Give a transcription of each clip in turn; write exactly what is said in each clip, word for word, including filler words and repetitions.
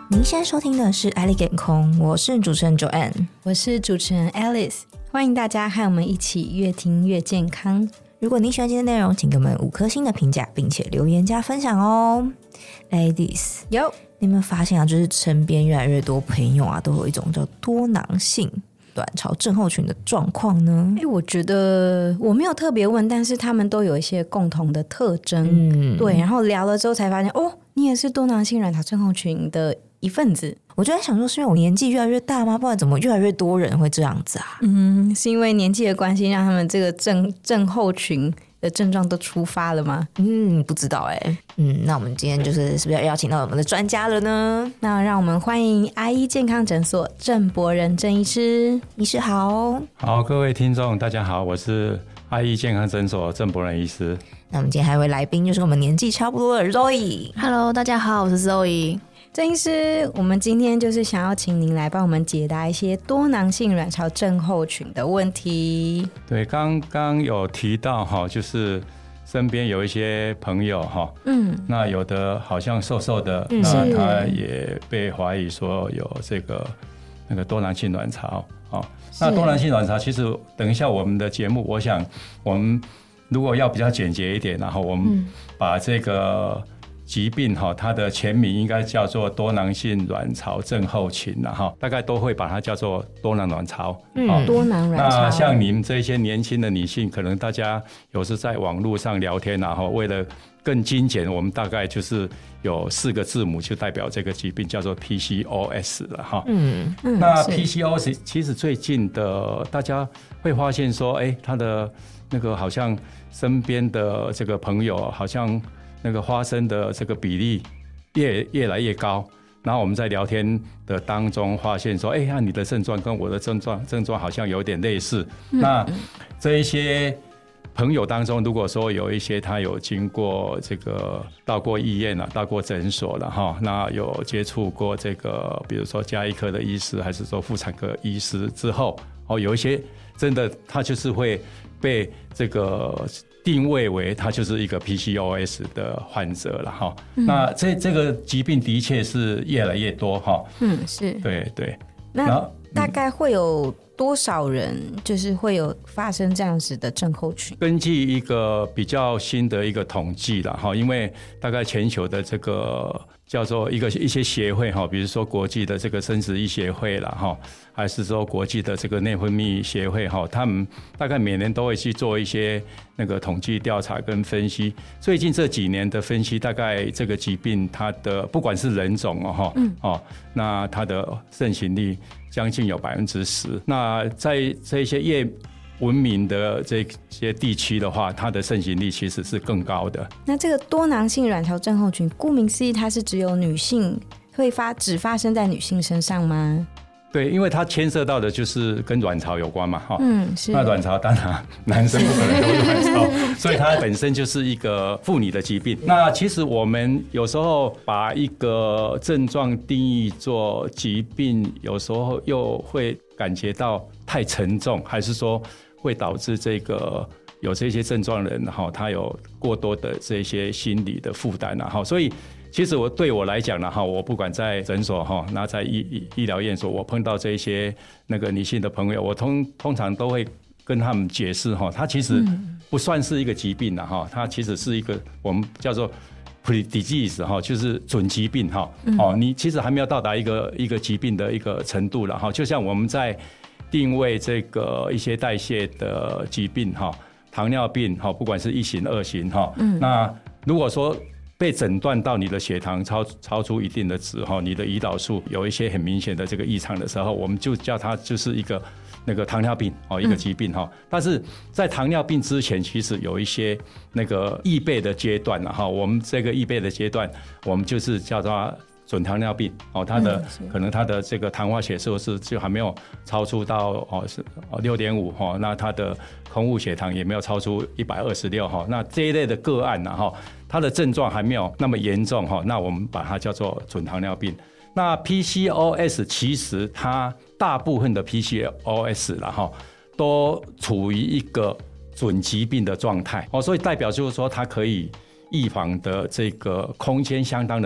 您现在收听的是爱丽健空，我是主持人 Joanne， 我是主持人 Alice， 欢迎大家和我们一起越听越健康。 如果你喜欢今天的内容，请给我们五颗星的评价，并且留言加分享哦。 Ladies， 有你们发现啊，就是身边越来越多朋友啊，都有一种叫多囊性卵巢症候群的状况呢？ 欸，我觉得我没有特别问，但是他们都有一些共同的特征。嗯，对，然后聊了之后才发现，哦，你也是多囊性卵巢症候群的一份子。 我就在想说，是因为我年纪越来越大吗？不然怎么越来越多人会这样子啊？ 嗯，是因为年纪的关系，让他们这个症症候群的症状都出发了吗？ 嗯，不知道哎、欸。嗯，那我们今天就是是不是要邀请到我们的专家了呢？ 那让我们欢迎阿一健康诊所郑博仁郑医师。 医师好。 好，各位听众大家好，我是阿一健康诊所郑博仁医师。 那我们今天还有一位来宾，就是跟我们年纪差不多的 Zoe。Hello， 大家好，我是 Zoe。 郑医师，我们今天就是想要请您来帮我们解答一些多囊性卵巢症候群的问题。 对，刚刚有提到哈，就是身边有一些朋友哈，嗯，那有的好像瘦瘦的，嗯、那他也被怀疑说有这个那个多囊性卵巢。哦，那多囊性卵巢其实等一下我们的节目，我想我们如果要比较简洁一点，然后我们把这个疾病哈，它的全名应该叫做多囊性卵巢症候群，然后大概都会把它叫做多囊卵巢。 嗯，哦、多囊卵巢。 那像你们这些年轻的女性，可能大家有时在网络上聊天，然后为了更精简，我们大概就是有四个字母就代表这个疾病，叫做 P C O S 了哈。嗯嗯。那 P C O S 其实最近的大家会发现说，哎、欸，他的那个好像身边的这个朋友好像。那个发生的这个比例越越来越高，然后我们在聊天的当中发现说，哎呀，你的症状跟我的症状症状好像有点类似。嗯、那这一些朋友当中，如果说有一些他有经过这个到过医院了，到过诊所了哈，那有接触过这个，比如说家医科的医师，还是说妇产科医师之后，哦，有一些真的他就是会被这个。定位为他就是一个 P C O S 的患者了哈，嗯、那这这个疾病的确是越来越多哈。嗯， 是， 对对。 那大概会有多少人就是会有发生这样子的症候群？ 根据一个比较新的一个统计了哈，因为大概全球的这个叫做一个一些协会哈，比如说国际的这个生殖医协会啦哈，还是说国际的这个内分泌协会哈，他们大概每年都会去做一些那个统计调查跟分析。最近这几年的分析，大概这个疾病它的不管是人种哦哈，嗯哦，那它的盛行率将近有百分之十。那在这些越文明的这些地区的话，它的盛行率其实是更高的。 那这个多囊性卵巢症候群，顾名思义，它是只有女性会发，只发生在女性身上吗？ 对，因为它牵涉到的就是跟卵巢有关嘛，哈， 嗯，是。 那卵巢当然男生不可能都有卵巢，所以它本身就是一个妇女的疾病。那其实我们有时候把一个症状定义做疾病，有时候又会感觉到太沉重，还是说会导致这个有这些症状的人哈，他有过多的这些心理的负担啊，哈，所以。其实我对我来讲呢，哈，我不管在诊所哈，那在医医疗院所，我碰到这一些那个女性的朋友，我通通常都会跟他们解释哈，它其实不算是一个疾病了哈，它其实是一个我们叫做 pre-disease 哈，就是准疾病哈，哦，你其实还没有到达一个一个疾病的一个程度了哈，就像我们在定位这个一些代谢的疾病哈，糖尿病哈，不管是一型二型哈，那如果说被诊断到你的血糖超超出一定的值哈，你的胰岛素有一些很明显的这个异常的时候，我们就叫它就是一个那个糖尿病哦，一个疾病哈。嗯、但是在糖尿病之前，其实有一些那个预备的阶段了哈。我们这个预备的阶段，我们就是叫它准糖尿病哦，它的、嗯、可能它的这个糖化血色素就还没有超出到哦是六点五哈，那它的空腹血糖也没有超出一百二十六哈，那这一类的个案呢哈。它的症状还没有那么严重，那我们把它叫做准糖尿病。那 P C O S 其实它大部分的 P C O S 啦都处于一个准疾病的状态，所以代表就是说它可以预防的这个空间相当的大。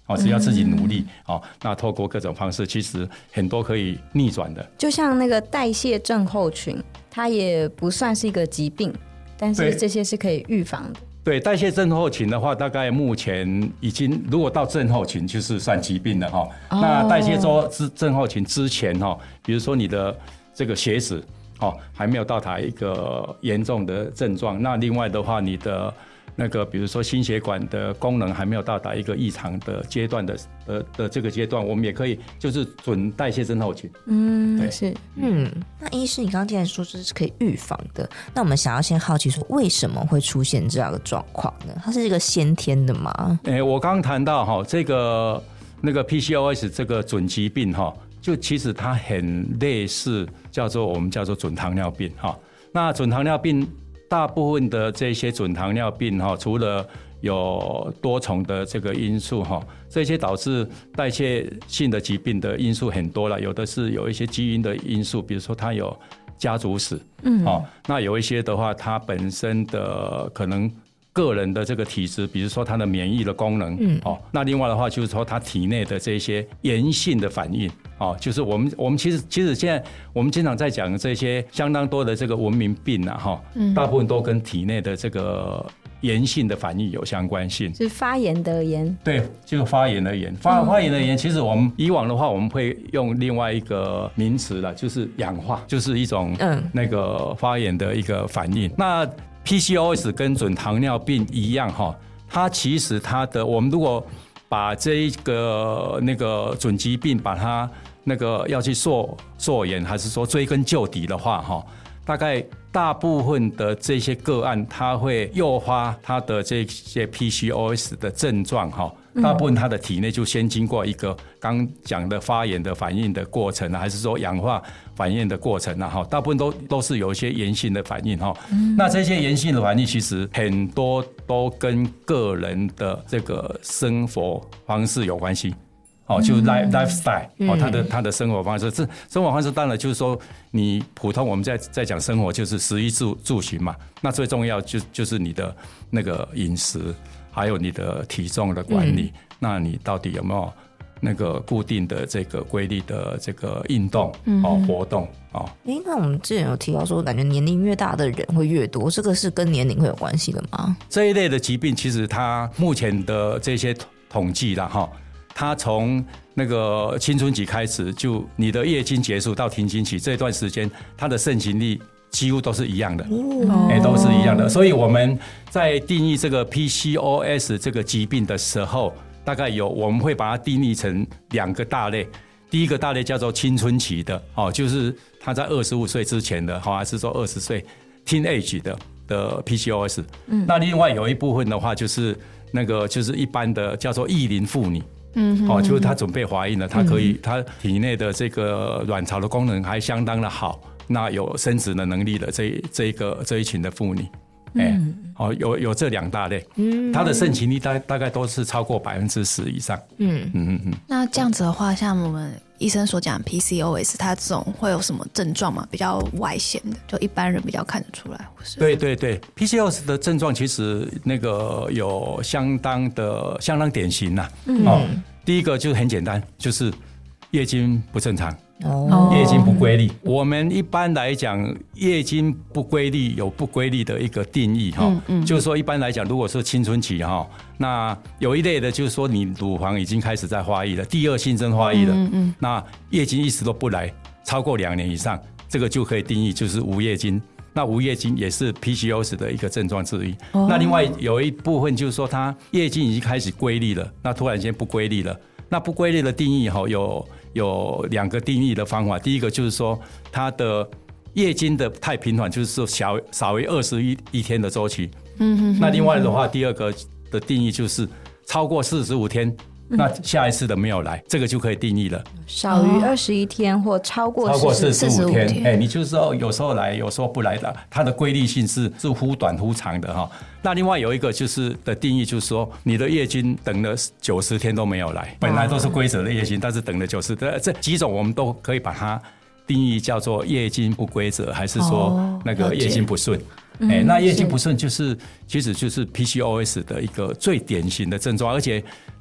哦，只要自己努力哦，那透过各种方式，其实很多可以逆转的。 就像那个代谢症候群，它也不算是一个疾病，但是这些是可以预防的。 对，代谢症候群的话，大概目前已经如果到症候群，就是算疾病了哈。哦、那代谢症候群之前哈，比如说你的这个血脂哦还没有到达一个严重的症状，那另外的话，你的那个比如说心血管的功能还没有到达一个异常的阶段的呃的这个阶段，我们也可以就是准代谢症候群。 嗯，对，是， 嗯。那医师，你刚刚既然说这是可以预防的，那我们想要先好奇说，为什么会出现这样的状况呢？它是一个先天的吗？ 哎、欸，我刚刚谈到哈，这个那个 P C O S 这个准疾病哈，就其实它很类似，叫做我们叫做准糖尿病哈。那准糖尿病。大部分的这些准糖尿病哈，除了有多重的这个因素哈，这些导致代谢性的疾病的因素很多了，有的是有一些基因的因素，比如说它有家族史，嗯，哦，那有一些的话，它本身的可能个人的这个体质，比如说它的免疫的功能，嗯，哦，那另外的话就是说它体内的这些炎性的反应。哦，就是我们我们其实其实现在我们经常在讲这些相当多的这个文明病啊，哈，嗯，大部分都跟体内的这个炎性的反应有相关性， 是发炎的炎， 对，就是发炎的炎，发发炎的炎，其实我们以往的话，我们会用另外一个名词了，就是氧化，就是一种嗯那个发炎的一个反应。那 P C O S 跟准糖尿病一样哈，它其实它的我们如果把这一个那个准疾病把它那个要去溯溯源，还是说追根究底的话，哈，大概大部分的这些个案，它会诱发它的这些 P C O S 的症状，哈，大部分它的体内就先经过一个刚讲的发炎的反应的过程，还是说氧化反应的过程，哈，大部分都都是有一些炎性的反应，哈。那这些炎性的反应，其实很多都跟个人的这个生活方式有关系。哦，就 life lifestyle，哦，他的他的生活方式，这生活方式当然就是说，你普通我们在在讲生活就是食衣住住行嘛，那最重要就就是你的那个饮食，还有你的体重的管理，嗯、那你到底有没有那个固定的这个规律的这个运动哦活动哦？ 哎，那我们之前有提到说，感觉年龄越大的人会越多，这个是跟年龄会有关系的吗？ 这一类的疾病，其实它目前的这些统计啦哈。它从那个青春期开始，就你的月经结束到停经期这段时间，它的盛行率几乎都是一样的，哦欸、都是一样的。所以我们在定义这个 P C O S 这个疾病的时候，大概有我们会把它定义成两个大类。第一个大类叫做青春期的，哦，就是他在二十五岁之前的，还是说二十岁 teenage 的的 P C O S。嗯，那另外有一部分的话，就是那个就是一般的叫做育龄妇女。嗯，哦，就是她准备怀孕了，她可以，她、嗯、体内的这个卵巢的功能还相当的好，那有生殖的能力的这这一个这一群的妇女，哎、嗯欸，哦，有有这两大类，嗯，它的盛行率大大概都是超过百分之十以上，嗯嗯嗯。那这样子的话，像我们医生所讲 P C O S， 它这种会有什么症状吗？比较外显的，就一般人比较看得出来，或是？ 对对对 ，P C O S 的症状其实那个有相当的相当典型呐、啊，嗯、哦，第一个就很简单，就是月经不正常。哦，月经不规律。我们一般来讲，月经不规律有不规律的一个定义哈，嗯嗯、就是说一般来讲，如果是青春期哈，那有一类的就是说你乳房已经开始在发育了，第二性征发育了，嗯嗯、那月经一直都不来，超过两年以上，这个就可以定义就是无月经。那无月经也是 P C O S 的一个症状之一。哦、那另外有一部分就是说，它月经已经开始规律了，那突然间不规律了。那不规律的定义哈，有有两个定义的方法。第一个就是说，它的月经的太频繁，就是说小少于二十一一天的周期。嗯哼哼。那另外的话，第二个的定义就是超过四十五天。那下一次的没有来，这个就可以定义了。 少于二十一天或超过超过四十五天，哎、欸，你就是说有时候来，有时候不来的，它的规律性是是忽短忽长的哈。那另外有一个就是的定义，就是说你的月经等了九十天都没有来，本来都是规则的月经，但是等了九十，这几种我们都可以把它定义叫做月经不规则，还是说那个月经不顺。哎、欸，那月经不顺就是其实就是 P C O S 的一个最典型的症状，而且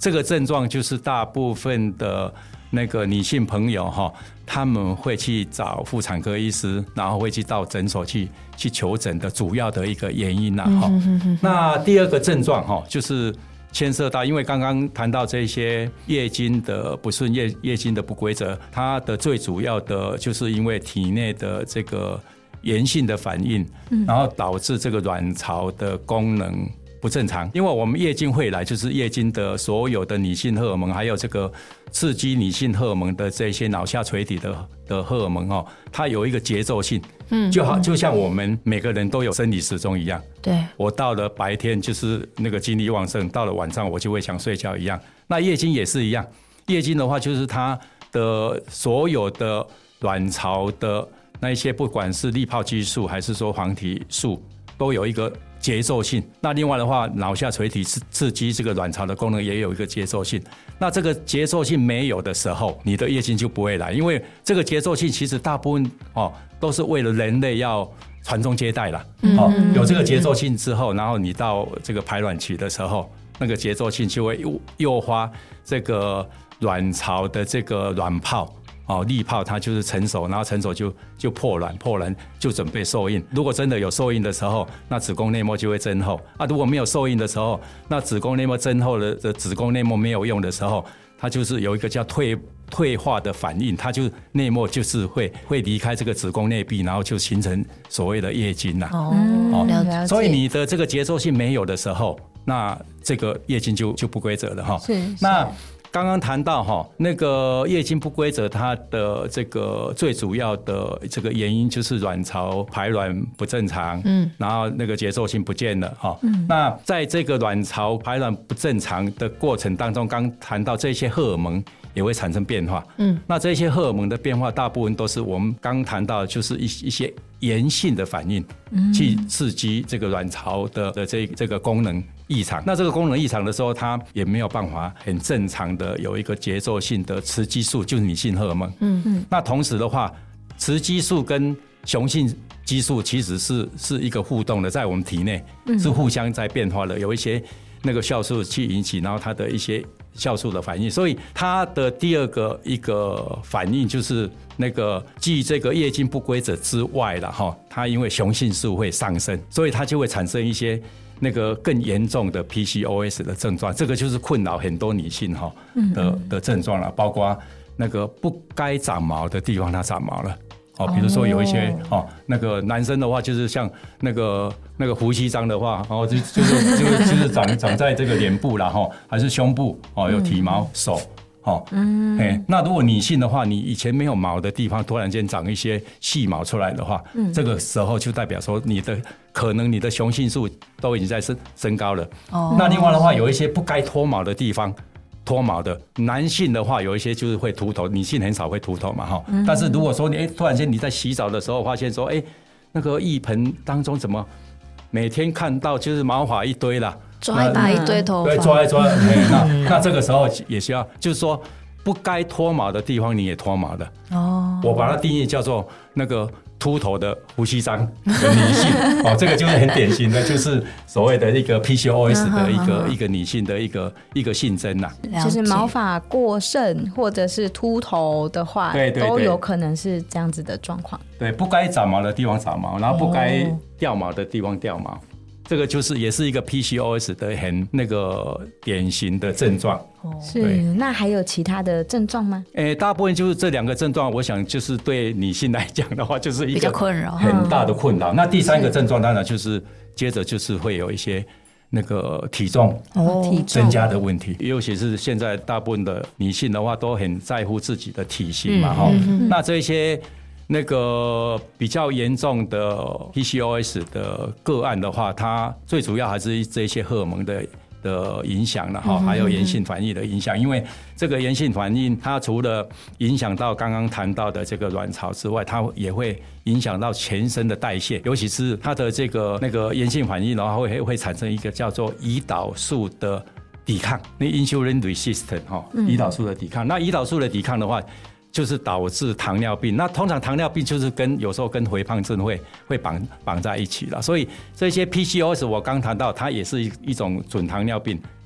这个症状就是大部分的那个女性朋友哈，他们会去找妇产科医师，然后会去到诊所去去求诊的主要的一个原因呐哈。那第二个症状哈，就是牵涉到，因为刚刚谈到这些月经的不顺、月月经的不规则，它的最主要的就是因为体内的这个炎性的反应，然后导致这个卵巢的功能不正常。因为我们月经会来，就是月经的所有的女性荷尔蒙，还有这个刺激女性荷尔蒙的这些脑下垂体的的荷尔蒙哦，它有一个节奏性，嗯，就好就像我们每个人都有生理时钟一样。 对， 我到了白天就是那个精力旺盛，到了晚上我就会想睡觉一样。那月经也是一样，月经的话就是它的所有的卵巢的那一些，不管是利泡激素还是说黄体素，都有一个节奏性。那另外的话，脑下垂体刺激这个卵巢的功能也有一个节奏性。那这个节奏性没有的时候，你的月经就不会来，因为这个节奏性其实大部分哦都是为了人类要传宗接代啦。哦，有这个节奏性之后，然后你到这个排卵期的时候，那个节奏性就会诱发这个卵巢的这个卵泡。哦，粒泡它就是成熟，然后成熟就就破卵，破卵就准备受孕。如果真的有受孕的时候，那子宫内膜就会增厚啊。如果没有受孕的时候，那子宫内膜增厚的的子宫内膜没有用的时候，它就是有一个叫退退化的反应，它就内膜就是会会离开这个子宫内壁，然后就形成所谓的月经啦。 哦，哦了解。 所以你的这个节奏性没有的时候，那这个月经就就不规则了哈。 是， 那。刚刚谈到哈，那个月经不规则，它的这个最主要的这个原因就是卵巢排卵不正常，嗯，然后那个节奏性不见了哈。嗯，那在这个卵巢排卵不正常的过程当中，刚谈到这些荷尔蒙也会产生变化，嗯，那这些荷尔蒙的变化大部分都是我们刚谈到的，就是一一些炎性的反应，嗯，去刺激这个卵巢的的这这个功能异常。那这个功能异常的时候，它也没有办法很正常的有一个节奏性的雌激素，就是女性荷尔蒙，嗯嗯。那同时的话，雌激素跟雄性激素其实是是一个互动的，在我们体内是互相在变化的，有一些那个酵素去引起，然后它的一些酵素的反应，所以它的第二个一个反应就是那个继这个月经不规则之外了哈，它因为雄性素会上升，所以它就会产生一些那个更严重的 P C O S 的症状，这个就是困扰很多女性哈的的症状了，包括那个不该长毛的地方它长毛了。哦，比如说有一些哦，那个男生的话，就是像那个那个胡须章的话，然后就就是就是就是长长在这个脸部啦，哈，还是胸部哦，有体毛，手哦，嗯，哎，那如果女性的话，你以前没有毛的地方，突然间长一些细毛出来的话，嗯，这个时候就代表说你的可能你的雄性素都已经在升升高了。哦，那另外的话，有一些不该脱毛的地方。脱毛的男性的话，有一些就是会秃头，女性很少会秃头嘛哈。嗯、但是如果说你哎，突然间你在洗澡的时候发现说，哎，那个浴盆当中怎么每天看到就是毛发一堆啦， 抓一把一堆头发， 对，抓一抓，那那这个时候也需要，就是说不该脱毛的地方你也脱毛的。哦，我把它定义叫做那个。秃头的胡须章的女性哦，这个就是很典型的，就是所谓的一个 P C O S 的一个一个女性的一个一个性征呐， 就是毛发过剩或者是秃头的话， 对对对， 都有可能是这样子的状况。 对，不该长毛的地方长毛，然后不该掉毛的地方掉毛。这个就是也是一个 P C O S 的很那个典型的症状。 是，那还有其他的症状吗？ 诶，大部分就是这两个症状，我想就是对女性来讲的话，就是一个比较困扰， 很大的困扰。那第三个症状当然就是接着就是会有一些那个体重增加的问题，尤其是现在大部分的女性的话，都很在乎自己的体型嘛，哈、嗯嗯。那这些。那个比较严重的 P C O S 的个案的话，它最主要还是这些荷尔蒙的的影响了哈，还有炎性反应的影响。因为这个炎性反应，它除了影响到刚刚谈到的这个卵巢之外，它也会影响到全身的代谢，尤其是它的这个那个炎性反应的话，会会产生一个叫做胰岛素的抵抗，那 insulin resistant 哈，胰岛素的抵抗。那胰岛素的抵抗的话。就是导致糖尿病，那通常糖尿病就是跟有时候跟肥胖症会会绑绑在一起了，所以这些 P C O S 我刚谈到，它也是一种准糖尿病，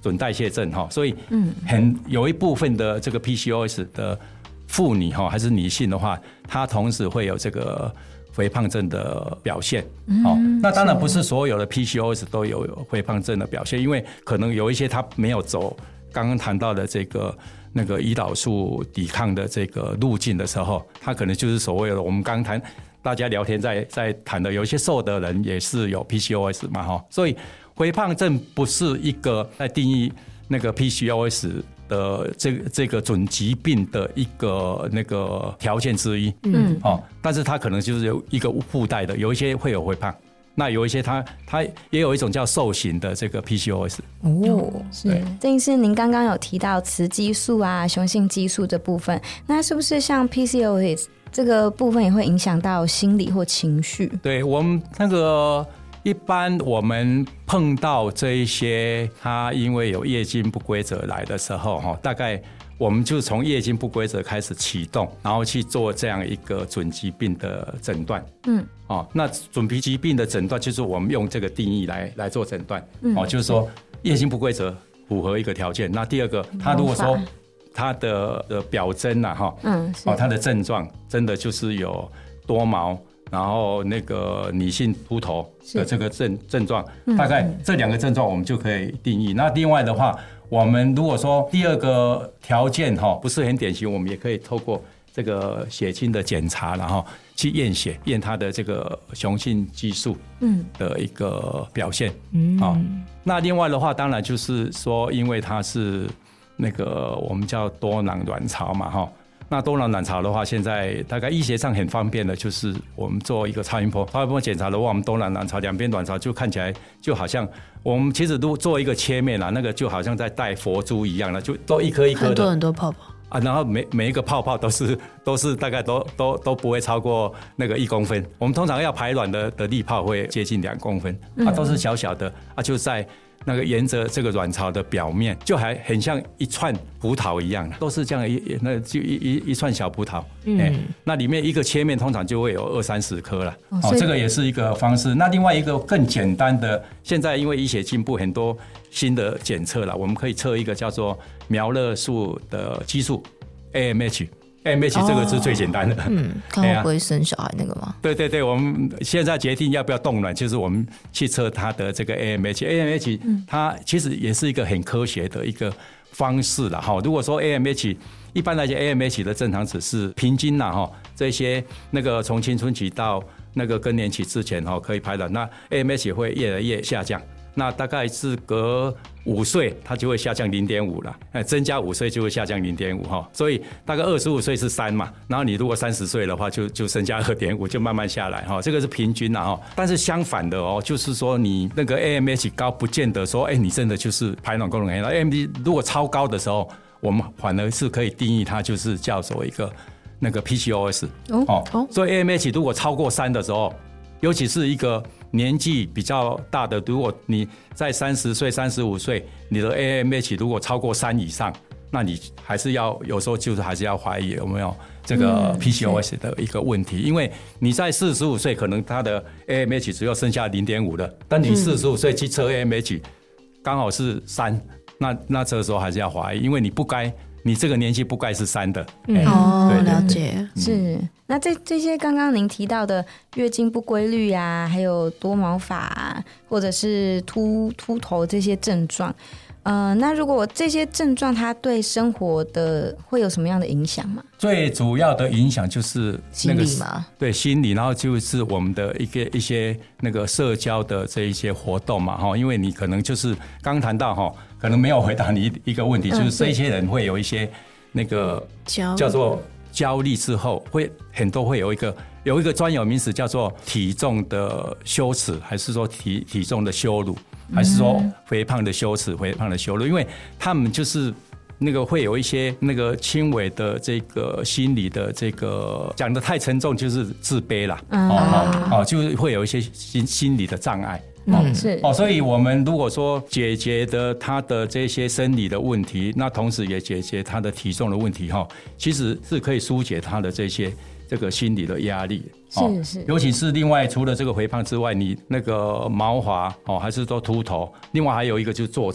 准代谢症哈，所以很有一部分的这个 P C O S 的妇女哈还是女性的话，她同时会有这个肥胖症的表现。哦，那当然不是所有的 P C O S 都有肥胖症的表现，因为可能有一些她没有走刚刚谈到的这个那个胰岛素抵抗的这个路径的时候，她可能就是所谓的我们刚谈大家聊天在在谈的，有一些瘦的人也是有 P C O S 嘛哈，所以肥胖症不是一个在定义那个 P C O S 的这个这个准疾病的一个那个条件之一，嗯，哦，但是它可能就是有一个附带的，有一些会有肥胖，那有一些它它也有一种叫瘦型的这个 P C O S。 哦，是，郑医师，您刚刚有提到雌激素啊、雄性激素这部分，那是不是像 P C O S 这个部分也会影响到心理或情绪？ 对，我们那个。一般我们碰到这一些，他因为有月经不规则来的时候，大概我们就从月经不规则开始启动，然后去做这样一个准疾病的诊断。嗯，哦，那准疾病的诊断就是我们用这个定义来来做诊断。嗯，哦，就是说月经不规则符合一个条件。那第二个，他如果说他的的表征啊，哈，嗯，哦，他的症状真的就是有多毛。然后那个女性秃头的这个症症状，大概这两个症状我们就可以定义。那另外的话，我们如果说第二个条件哈不是很典型，我们也可以透过这个血清的检查，然后去验血，验它的这个雄性激素的一个表现。嗯，啊，那另外的话，当然就是说，因为它是那个我们叫多囊卵巢嘛，哈。那多囊卵巢的话，现在大概医学上很方便的，就是我们做一个超音波，超音波检查的话，我们多囊卵巢两边卵巢就看起来就好像我们其实如果做一个切面啊，那个就好像在戴佛珠一样的，就都一颗一颗的， 很多很多泡泡啊，然后每每一个泡泡都是都是大概都都都不会超过那个一公分。我们通常要排卵的的粒泡会接近两公分，啊，都是小小的啊，就在。那个沿着这个卵巢的表面，就还很像一串葡萄一样，都是这样一那就一一一串小葡萄。嗯、欸，那里面一个切面通常就会有二三十颗了。哦，这个也是一个方式。那另外一个更简单的，现在因为医学进步，很多新的检测了，我们可以测一个叫做苗勒素的激素 A M H。A M H 这个是最简单的，哦、 嗯，看会不会生小孩那个吗？ 对对对，我们现在决定要不要冻卵，就是我们去测它的这个 A M H。A M H 它其实也是一个很科学的一个方式啦。哈。如果说 A M H 一般来讲 A M H 的正常值是平均啦哈，这些那个从青春期到那个更年期之前哈可以排卵，那 A M H 会越来越下降。那大概是隔五岁，它就会下降零点五了。增加五岁就会下降零点五哈，所以大概二十五岁是三嘛，然后你如果三十岁的话就，就就增加二点五，就慢慢下来哈。这个是平均啦哈。但是相反的哦，就是说你那个 A M H 高，不见得说，哎、欸，你真的就是排卵功能很好。A M H 如果超高的时候，我们反而是可以定义它就是叫做一个那个 P C O S 哦。哦，所以 A M H 如果超过三的时候，尤其是一个年纪比较大的，如果你在三十岁、三十五岁，你的 A M H 如果超过三以上，那你还是要有时候就是还是要怀疑有没有这个 P C O S 的一个问题，嗯、因为你在四十五岁，可能他的 A M H 只有剩下零点五了，但你四十五岁去测 A M H 刚好是三，那那这个时候还是要怀疑，因为你不该。你这个年纪不该是三的。 嗯、哦，对对对，了解。 是，那这这些刚刚您提到的月经不规律啊，还有多毛发、啊、或者是秃秃头这些症状，呃，那如果这些症状它对生活的会有什么样的影响吗？ 最主要的影响就是那个心理嘛， 对心理，然后就是我们的一个一些那个社交的这一些活动嘛，哈，因为你可能就是刚谈到哈。可能没有回答你一个问题，就是这些人会有一些那个叫做焦虑之后，会很多会有一个有一个专有名词叫做体重的羞耻，还是说体体重的羞辱，还是说肥胖的羞耻、肥胖的羞辱？因为他们就是那个会有一些那个轻微的这个心理的这个讲得太沉重，就是自卑啦，嗯、哦哦，就会有一些心心理的障碍。 嗯，是哦，所以我们如果说解决的他的这些生理的问题，那同时也解决他的体重的问题哈，其实是可以疏解他的这些这个心理的压力。 是是， 尤其是另外除了这个肥胖之外，你那个毛发哦，还是说秃头，另外还有一个就是痤疮。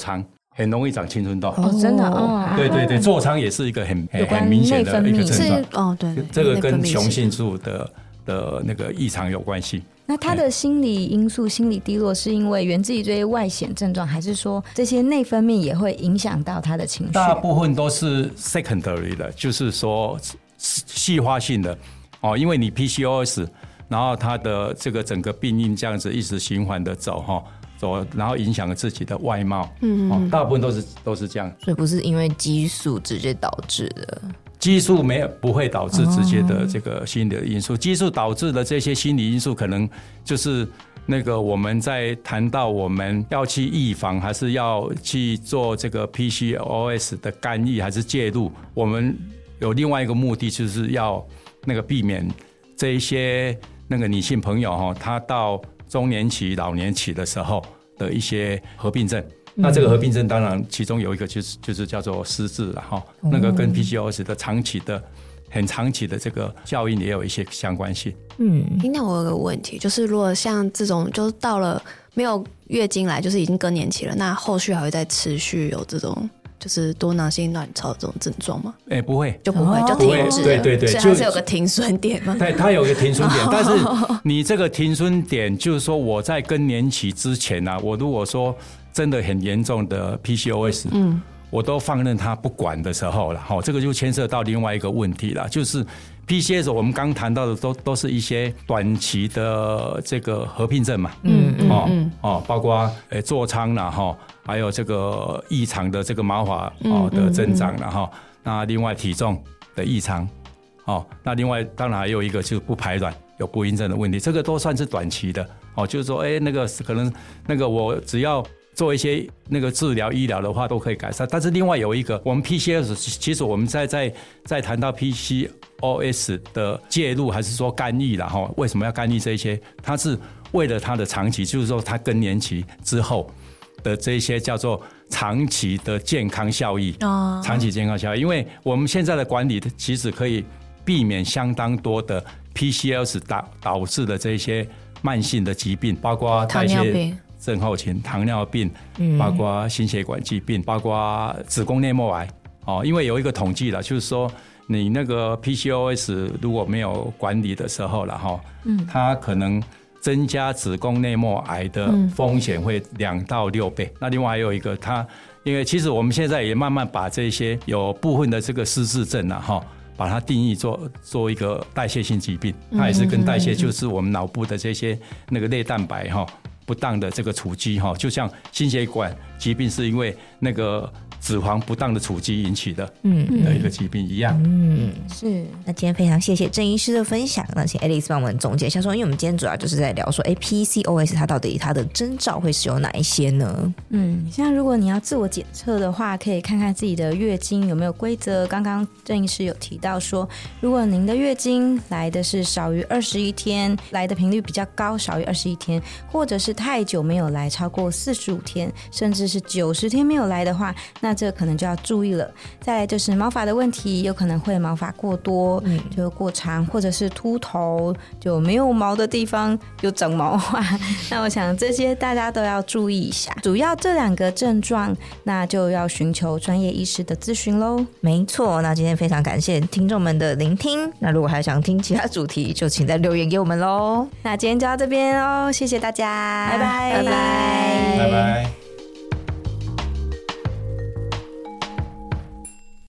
很容易长青春痘。 哦，真的哦， 对对对，痤疮也是一个很很很明显的一个症状。 哦，对对， 这个跟雄性素的的那个异常有关系。 那他的心理因素、心理低落是因为源自于这些外显症状，还是说这些内分泌也会影响到他的情绪？ 大部分都是 secondary 的，就是说细化性的哦，因为你 P C O S， 然后他的这个整个病因这样子一直循环的走哈。走，然后影响了自己的外貌，嗯、哦，大部分都是都是这样， 所以不是因为激素直接导致的。 激素没有不会导致直接的这个心理的因素，激素导致的这些心理因素，可能就是那个我们在谈到我们要去预防，还是要去做这个 P C O S 的干预，还是介入，我们有另外一个目的，就是要那个避免这一些那个女性朋友哈，她到中年期、老年期的时候的一些合并症，那这个合并症当然其中有一个就是就是叫做失智了哈，那个跟 P C O S 的长期的、很长期的这个效应也有一些相关性。 嗯，那我有个问题，就是如果像这种就是到了没有月经来，就是已经更年期了，那后续还会再持续有这种就是多囊性卵巢这种症状吗？ 哎、欸，不会， 就不会，就停止了。 对对对， 所以它是有个停损点吗？ 对，它有个停损点，但是你这个停损点，就是说我在更年期之前啊，我如果说真的很严重的 P C O S， 嗯，我都放任它不管的时候了，哈，这个就牵涉到另外一个问题了，就是 P C O S 我们刚谈到的都都是一些短期的这个合并症嘛，嗯嗯哦哦，包括呃痤疮啦哈。还有这个异常的这个毛发哦的增长了哈，那另外体重的异常哦，那另外当然还有一个就是不排卵有不孕症的问题，这个都算是短期的哦，就是说哎那个可能那个我只要做一些那个治疗医疗的话都可以改善，但是另外有一个我们 P C O S 其实我们在在在谈到 P C O S 的介入还是说干预啦哈，为什么要干预这些？它是为了它的长期，就是说它更年期之后的这些叫做长期的健康效益，哦、长期健康效益，因为我们现在的管理其实可以避免相当多的 P C O S 导导致的这些慢性的疾病，包括代谢症候群、糖尿病，嗯、包括心血管疾病，包括子宫内膜癌。哦，因为有一个统计了，就是说你那个 P C O S 如果没有管理的时候了哈，嗯，它可能增加子宫内膜癌的风险会两到六倍。嗯、那另外还有一个，它因为其实我们现在也慢慢把这些有部分的这个失智症啊，哈，把它定义做做一个代谢性疾病，它也是跟代谢，就是我们脑部的这些那个类蛋白哈不当的这个储积哈，就像心血管疾病是因为那个脂肪不当的储积引起的，嗯，的一个疾病一样。 嗯，是。那今天非常谢谢郑医师的分享，那请 Alice 帮我们总结一下说，因为我们今天主要就是在聊说，哎 ，P C O S 它到底它的征兆会是有哪一些呢？ 嗯，像如果你要自我检测的话，可以看看自己的月经有没有规则。刚刚郑医师有提到说，如果您的月经来的是少于二十一天，来的频率比较高，少于二十一天，或者是太久没有来，超过四十五天，甚至是九十天没有来的话，那这可能就要注意了。再来就是毛发的问题，有可能会毛发过多，嗯、就过长，或者是秃头，就没有毛的地方有长毛发。那我想这些大家都要注意一下。主要这两个症状，那就要寻求专业医师的咨询喽。 没错，那今天非常感谢听众们的聆听。那如果还想听其他主题，就请再留言给我们喽。 那今天就到这边哦，谢谢大家， 拜拜， 拜拜， 拜拜。